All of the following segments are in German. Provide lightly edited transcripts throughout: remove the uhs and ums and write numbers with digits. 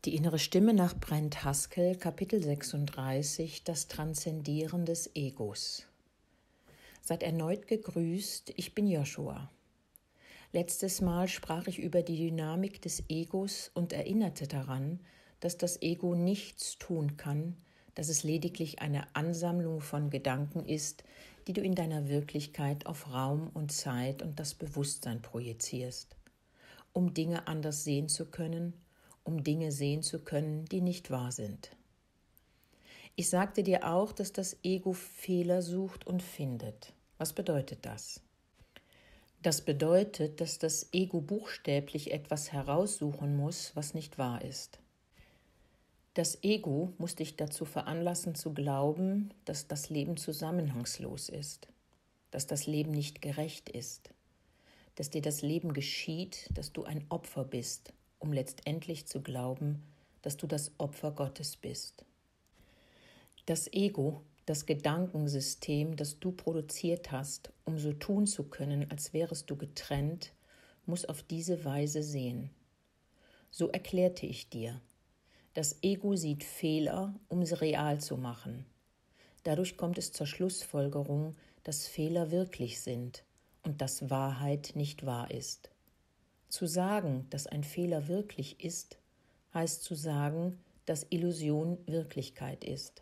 Die innere Stimme nach Brent Haskell, Kapitel 36, das Transzendieren des Egos. Seid erneut gegrüßt, ich bin Joshua. Letztes Mal sprach ich über die Dynamik des Egos und erinnerte daran, dass das Ego nichts tun kann, dass es lediglich eine Ansammlung von Gedanken ist, die du in deiner Wirklichkeit auf Raum und Zeit und das Bewusstsein projizierst, um Dinge anders sehen zu können, um Dinge sehen zu können, die nicht wahr sind. Ich sagte dir auch, dass das Ego Fehler sucht und findet. Was bedeutet das? Das bedeutet, dass das Ego buchstäblich etwas heraussuchen muss, was nicht wahr ist. Das Ego muss dich dazu veranlassen zu glauben, dass das Leben zusammenhangslos ist, dass das Leben nicht gerecht ist, dass dir das Leben geschieht, dass du ein Opfer bist, um letztendlich zu glauben, dass du das Opfer Gottes bist. Das Ego, das Gedankensystem, das du produziert hast, um so tun zu können, als wärest du getrennt, muss auf diese Weise sehen. So erklärte ich dir. Das Ego sieht Fehler, um sie real zu machen. Dadurch kommt es zur Schlussfolgerung, dass Fehler wirklich sind und dass Wahrheit nicht wahr ist. Zu sagen, dass ein Fehler wirklich ist, heißt zu sagen, dass Illusion Wirklichkeit ist.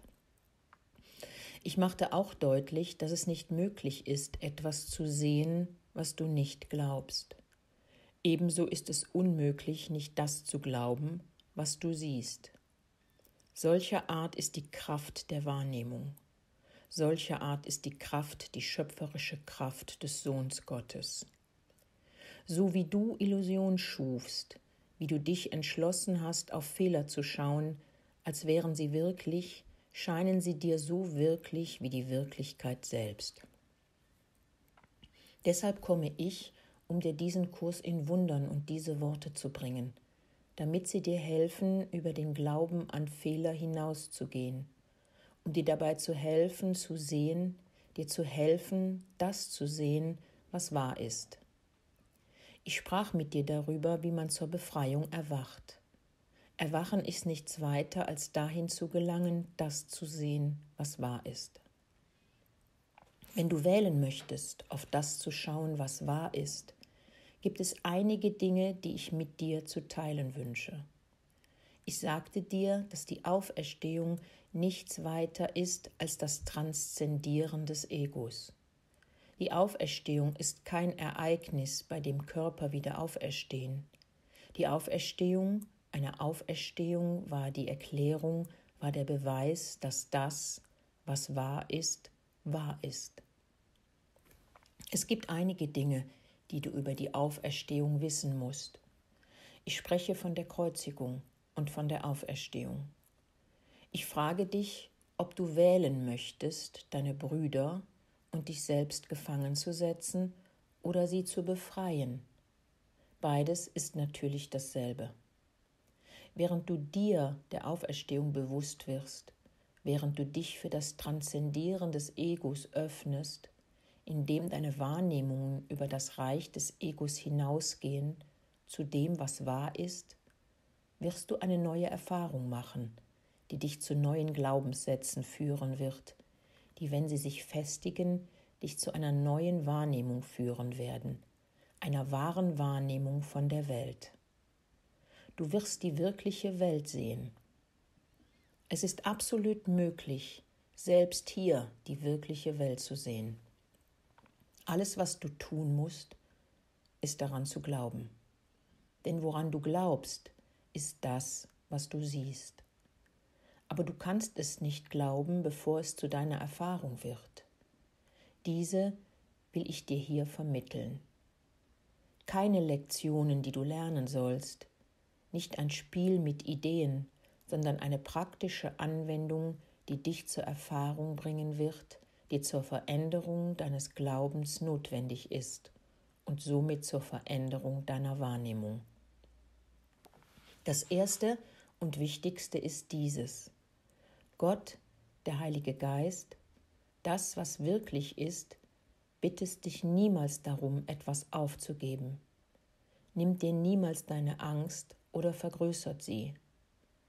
Ich machte auch deutlich, dass es nicht möglich ist, etwas zu sehen, was du nicht glaubst. Ebenso ist es unmöglich, nicht das zu glauben, was du siehst. Solcher Art ist die Kraft der Wahrnehmung. Solcher Art ist die Kraft, die schöpferische Kraft des Sohns Gottes. So wie du Illusion schufst, wie du dich entschlossen hast, auf Fehler zu schauen, als wären sie wirklich, scheinen sie dir so wirklich wie die Wirklichkeit selbst. Deshalb komme ich, um dir diesen Kurs in Wundern und diese Worte zu bringen, damit sie dir helfen, über den Glauben an Fehler hinauszugehen, um dir dabei zu helfen, zu sehen, dir zu helfen, das zu sehen, was wahr ist. Ich sprach mit dir darüber, wie man zur Befreiung erwacht. Erwachen ist nichts weiter, als dahin zu gelangen, das zu sehen, was wahr ist. Wenn du wählen möchtest, auf das zu schauen, was wahr ist, gibt es einige Dinge, die ich mit dir zu teilen wünsche. Ich sagte dir, dass die Auferstehung nichts weiter ist als das Transzendieren des Egos. Die Auferstehung ist kein Ereignis, bei dem Körper wieder auferstehen. Die Auferstehung, eine Auferstehung war die Erklärung, war der Beweis, dass das, was wahr ist, wahr ist. Es gibt einige Dinge, die du über die Auferstehung wissen musst. Ich spreche von der Kreuzigung und von der Auferstehung. Ich frage dich, ob du wählen möchtest, deine Brüder und dich selbst gefangen zu setzen oder sie zu befreien. Beides ist natürlich dasselbe. Während du dir der Auferstehung bewusst wirst, während du dich für das Transzendieren des Egos öffnest, indem deine Wahrnehmungen über das Reich des Egos hinausgehen zu dem, was wahr ist, wirst du eine neue Erfahrung machen, die dich zu neuen Glaubenssätzen führen wird, die, wenn sie sich festigen, dich zu einer neuen Wahrnehmung führen werden, einer wahren Wahrnehmung von der Welt. Du wirst die wirkliche Welt sehen. Es ist absolut möglich, selbst hier die wirkliche Welt zu sehen. Alles, was du tun musst, ist daran zu glauben. Denn woran du glaubst, ist das, was du siehst. Aber du kannst es nicht glauben, bevor es zu deiner Erfahrung wird. Diese will ich dir hier vermitteln. Keine Lektionen, die du lernen sollst, nicht ein Spiel mit Ideen, sondern eine praktische Anwendung, die dich zur Erfahrung bringen wird, die zur Veränderung deines Glaubens notwendig ist und somit zur Veränderung deiner Wahrnehmung. Das Erste und Wichtigste ist dieses: Gott, der Heilige Geist, das, was wirklich ist, bittet dich niemals darum, etwas aufzugeben. Nimmt dir niemals deine Angst oder vergrößert sie.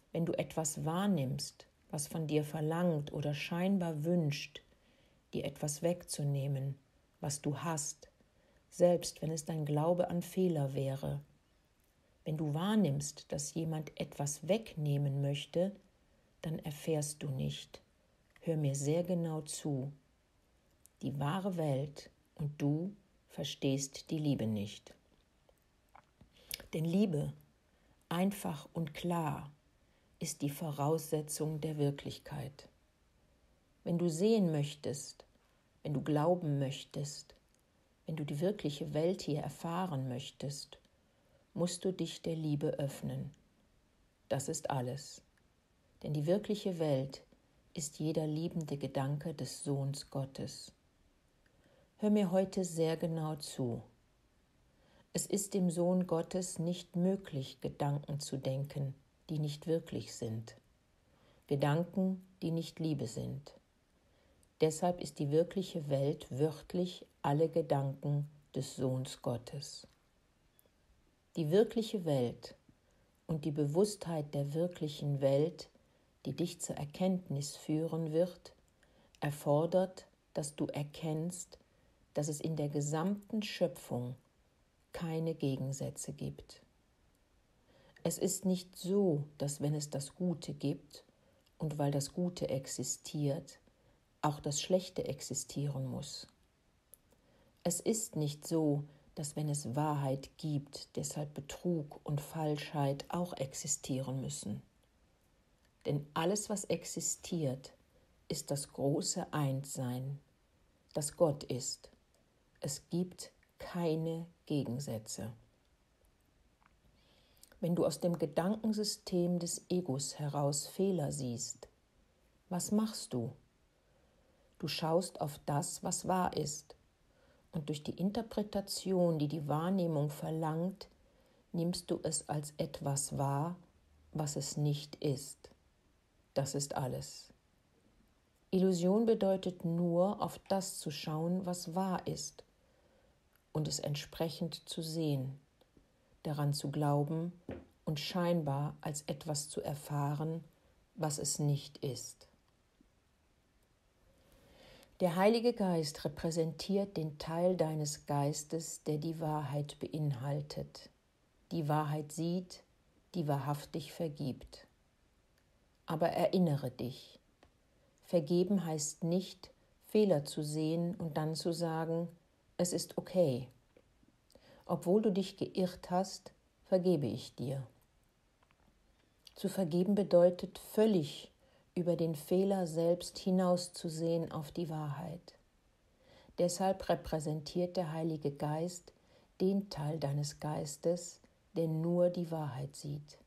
Wenn du etwas wahrnimmst, was von dir verlangt oder scheinbar wünscht, dir etwas wegzunehmen, was du hast, selbst wenn es dein Glaube an Fehler wäre. Wenn du wahrnimmst, dass jemand etwas wegnehmen möchte, dann erfährst du nicht. Hör mir sehr genau zu. Die wahre Welt und du verstehst die Liebe nicht. Denn Liebe, einfach und klar, ist die Voraussetzung der Wirklichkeit. Wenn du sehen möchtest, wenn du glauben möchtest, wenn du die wirkliche Welt hier erfahren möchtest, musst du dich der Liebe öffnen. Das ist alles. Denn die wirkliche Welt ist jeder liebende Gedanke des Sohns Gottes. Hör mir heute sehr genau zu. Es ist dem Sohn Gottes nicht möglich, Gedanken zu denken, die nicht wirklich sind. Gedanken, die nicht Liebe sind. Deshalb ist die wirkliche Welt wörtlich alle Gedanken des Sohns Gottes. Die wirkliche Welt und die Bewusstheit der wirklichen Welt, die dich zur Erkenntnis führen wird, erfordert, dass du erkennst, dass es in der gesamten Schöpfung keine Gegensätze gibt. Es ist nicht so, dass wenn es das Gute gibt und weil das Gute existiert, auch das Schlechte existieren muss. Es ist nicht so, dass wenn es Wahrheit gibt, deshalb Betrug und Falschheit auch existieren müssen. Denn alles, was existiert, ist das große Einssein, das Gott ist. Es gibt keine Gegensätze. Wenn du aus dem Gedankensystem des Egos heraus Fehler siehst, was machst du? Du schaust auf das, was wahr ist, und durch die Interpretation, die die Wahrnehmung verlangt, nimmst du es als etwas wahr, was es nicht ist. Das ist alles. Illusion bedeutet nur, auf das zu schauen, was wahr ist, und es entsprechend zu sehen, daran zu glauben und scheinbar als etwas zu erfahren, was es nicht ist. Der Heilige Geist repräsentiert den Teil deines Geistes, der die Wahrheit beinhaltet, die Wahrheit sieht, die wahrhaftig vergibt. Aber erinnere dich, vergeben heißt nicht, Fehler zu sehen und dann zu sagen, es ist okay. Obwohl du dich geirrt hast, vergebe ich dir. Zu vergeben bedeutet, völlig über den Fehler selbst hinauszusehen auf die Wahrheit. Deshalb repräsentiert der Heilige Geist den Teil deines Geistes, der nur die Wahrheit sieht.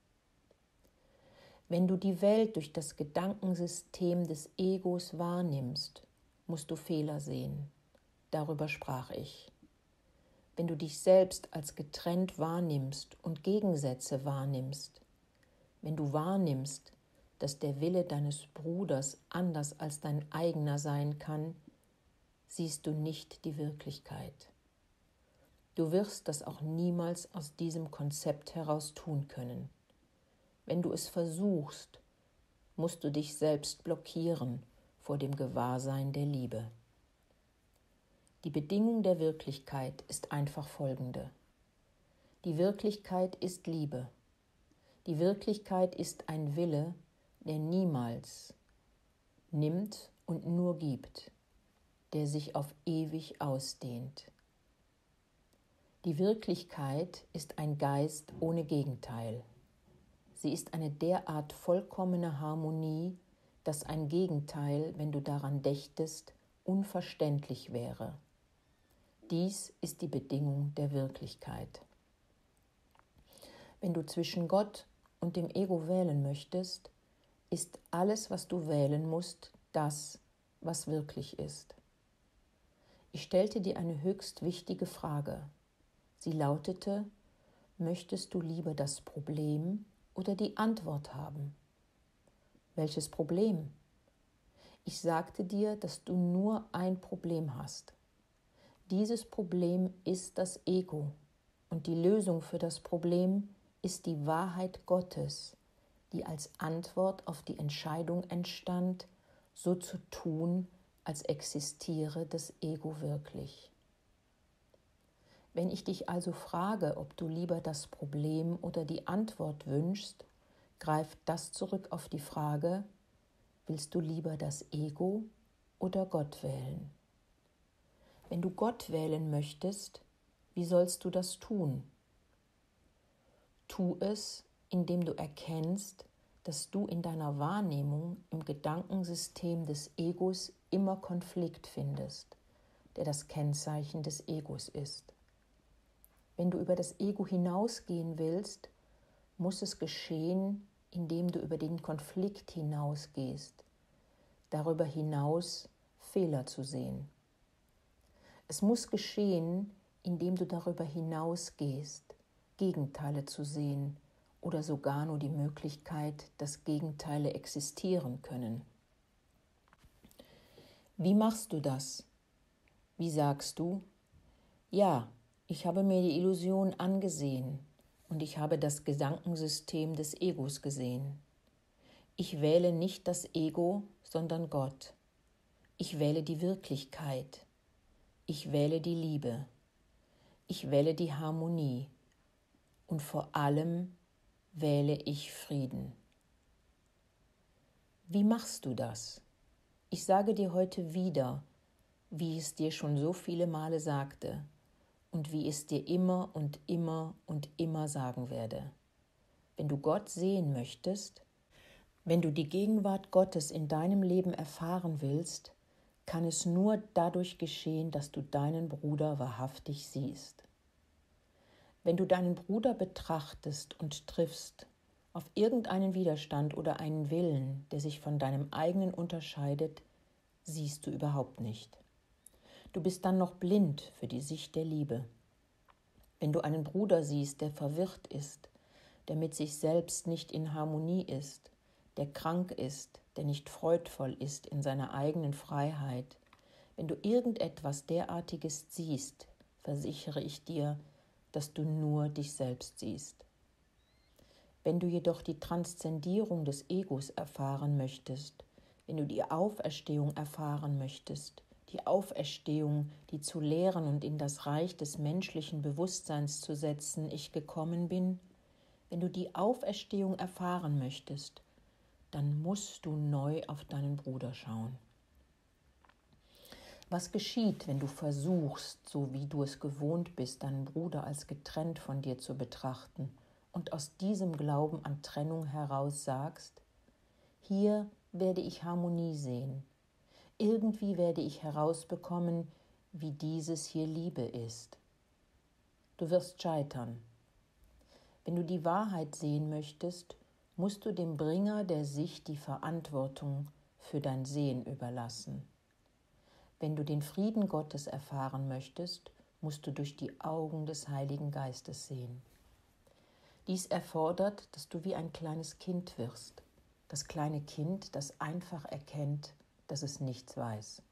Wenn du die Welt durch das Gedankensystem des Egos wahrnimmst, musst du Fehler sehen. Darüber sprach ich. Wenn du dich selbst als getrennt wahrnimmst und Gegensätze wahrnimmst, wenn du wahrnimmst, dass der Wille deines Bruders anders als dein eigener sein kann, siehst du nicht die Wirklichkeit. Du wirst das auch niemals aus diesem Konzept heraus tun können. Wenn du es versuchst, musst du dich selbst blockieren vor dem Gewahrsein der Liebe. Die Bedingung der Wirklichkeit ist einfach folgende. Die Wirklichkeit ist Liebe. Die Wirklichkeit ist ein Wille, der niemals nimmt und nur gibt, der sich auf ewig ausdehnt. Die Wirklichkeit ist ein Geist ohne Gegenteil. Sie ist eine derart vollkommene Harmonie, dass ein Gegenteil, wenn du daran dächtest, unverständlich wäre. Dies ist die Bedingung der Wirklichkeit. Wenn du zwischen Gott und dem Ego wählen möchtest, ist alles, was du wählen musst, das, was wirklich ist. Ich stellte dir eine höchst wichtige Frage. Sie lautete, möchtest du lieber das Problem oder die Antwort haben? Welches Problem? Ich sagte dir, dass du nur ein Problem hast. Dieses Problem ist das Ego und die Lösung für das Problem ist die Wahrheit Gottes, die als Antwort auf die Entscheidung entstand, so zu tun, als existiere das Ego wirklich. Wenn ich dich also frage, ob du lieber das Problem oder die Antwort wünschst, greift das zurück auf die Frage, willst du lieber das Ego oder Gott wählen? Wenn du Gott wählen möchtest, wie sollst du das tun? Tu es, indem du erkennst, dass du in deiner Wahrnehmung im Gedankensystem des Egos immer Konflikt findest, der das Kennzeichen des Egos ist. Wenn du über das Ego hinausgehen willst, muss es geschehen, indem du über den Konflikt hinausgehst, darüber hinaus Fehler zu sehen. Es muss geschehen, indem du darüber hinausgehst, Gegenteile zu sehen oder sogar nur die Möglichkeit, dass Gegenteile existieren können. Wie machst du das? Wie sagst du, ja, ich habe mir die Illusion angesehen und ich habe das Gedankensystem des Egos gesehen. Ich wähle nicht das Ego, sondern Gott. Ich wähle die Wirklichkeit. Ich wähle die Liebe. Ich wähle die Harmonie. Und vor allem wähle ich Frieden. Wie machst du das? Ich sage dir heute wieder, wie ich es dir schon so viele Male sagte und wie ich es dir immer und immer und immer sagen werde. Wenn du Gott sehen möchtest, wenn du die Gegenwart Gottes in deinem Leben erfahren willst, kann es nur dadurch geschehen, dass du deinen Bruder wahrhaftig siehst. Wenn du deinen Bruder betrachtest und triffst auf irgendeinen Widerstand oder einen Willen, der sich von deinem eigenen unterscheidet, siehst du überhaupt nicht. Du bist dann noch blind für die Sicht der Liebe. Wenn du einen Bruder siehst, der verwirrt ist, der mit sich selbst nicht in Harmonie ist, der krank ist, der nicht freudvoll ist in seiner eigenen Freiheit, wenn du irgendetwas derartiges siehst, versichere ich dir, dass du nur dich selbst siehst. Wenn du jedoch die Transzendierung des Egos erfahren möchtest, wenn du die Auferstehung erfahren möchtest, die Auferstehung, die zu lehren und in das Reich des menschlichen Bewusstseins zu setzen, ich gekommen bin, wenn du die Auferstehung erfahren möchtest, dann musst du neu auf deinen Bruder schauen. Was geschieht, wenn du versuchst, so wie du es gewohnt bist, deinen Bruder als getrennt von dir zu betrachten und aus diesem Glauben an Trennung heraus sagst, hier werde ich Harmonie sehen, irgendwie werde ich herausbekommen, wie dieses hier Liebe ist. Du wirst scheitern. Wenn du die Wahrheit sehen möchtest, musst du dem Bringer der Sicht die Verantwortung für dein Sehen überlassen. Wenn du den Frieden Gottes erfahren möchtest, musst du durch die Augen des Heiligen Geistes sehen. Dies erfordert, dass du wie ein kleines Kind wirst, das kleine Kind, das einfach erkennt, dass es nichts weiß.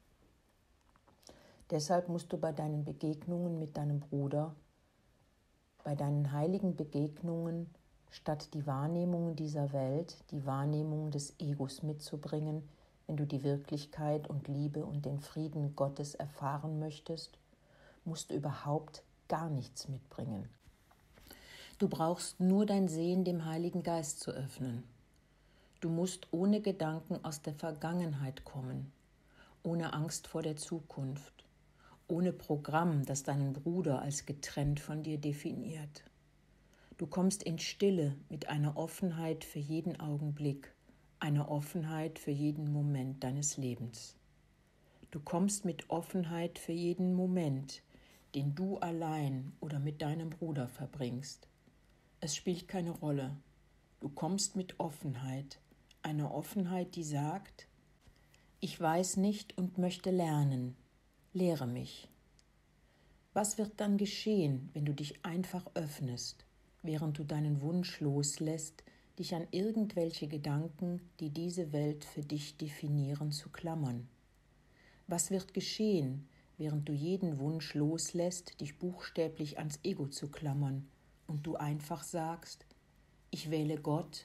Deshalb musst du bei deinen Begegnungen mit deinem Bruder, bei deinen heiligen Begegnungen, statt die Wahrnehmungen dieser Welt, die Wahrnehmungen des Egos mitzubringen, wenn du die Wirklichkeit und Liebe und den Frieden Gottes erfahren möchtest, musst du überhaupt gar nichts mitbringen. Du brauchst nur dein Sehen dem Heiligen Geist zu öffnen. Du musst ohne Gedanken aus der Vergangenheit kommen, ohne Angst vor der Zukunft, ohne Programm, das deinen Bruder als getrennt von dir definiert. Du kommst in Stille mit einer Offenheit für jeden Augenblick, einer Offenheit für jeden Moment deines Lebens. Du kommst mit Offenheit für jeden Moment, den du allein oder mit deinem Bruder verbringst. Es spielt keine Rolle. Du kommst mit Offenheit, einer Offenheit, die sagt, ich weiß nicht und möchte lernen, lehre mich. Was wird dann geschehen, wenn du dich einfach öffnest, während du deinen Wunsch loslässt, dich an irgendwelche Gedanken, die diese Welt für dich definieren, zu klammern? Was wird geschehen, während du jeden Wunsch loslässt, dich buchstäblich ans Ego zu klammern und du einfach sagst, ich wähle Gott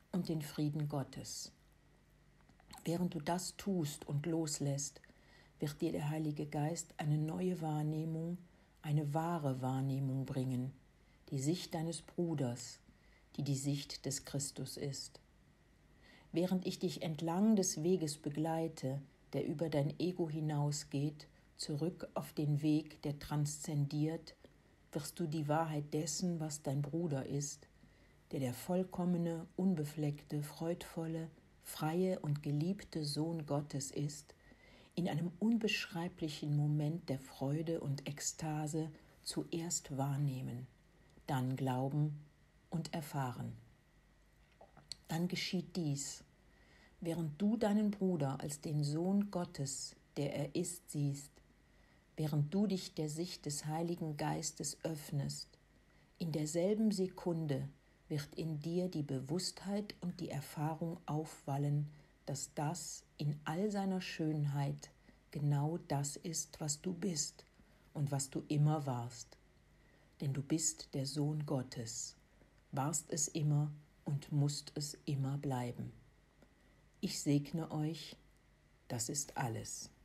und den Frieden Gottes. Während du das tust und loslässt, wird dir der Heilige Geist eine neue Wahrnehmung, eine wahre Wahrnehmung bringen, die Sicht deines Bruders, die die Sicht des Christus ist. Während ich dich entlang des Weges begleite, der über dein Ego hinausgeht, zurück auf den Weg, der transzendiert, wirst du die Wahrheit dessen, was dein Bruder ist, der vollkommene, unbefleckte, freudvolle, freie und geliebte Sohn Gottes ist, in einem unbeschreiblichen Moment der Freude und Ekstase zuerst wahrnehmen, dann glauben und erfahren. Dann geschieht dies, während du deinen Bruder als den Sohn Gottes, der er ist, siehst, während du dich der Sicht des Heiligen Geistes öffnest, in derselben Sekunde wird in dir die Bewusstheit und die Erfahrung aufwallen, dass das in all seiner Schönheit genau das ist, was du bist und was du immer warst. Denn du bist der Sohn Gottes, warst es immer und musst es immer bleiben. Ich segne euch, das ist alles.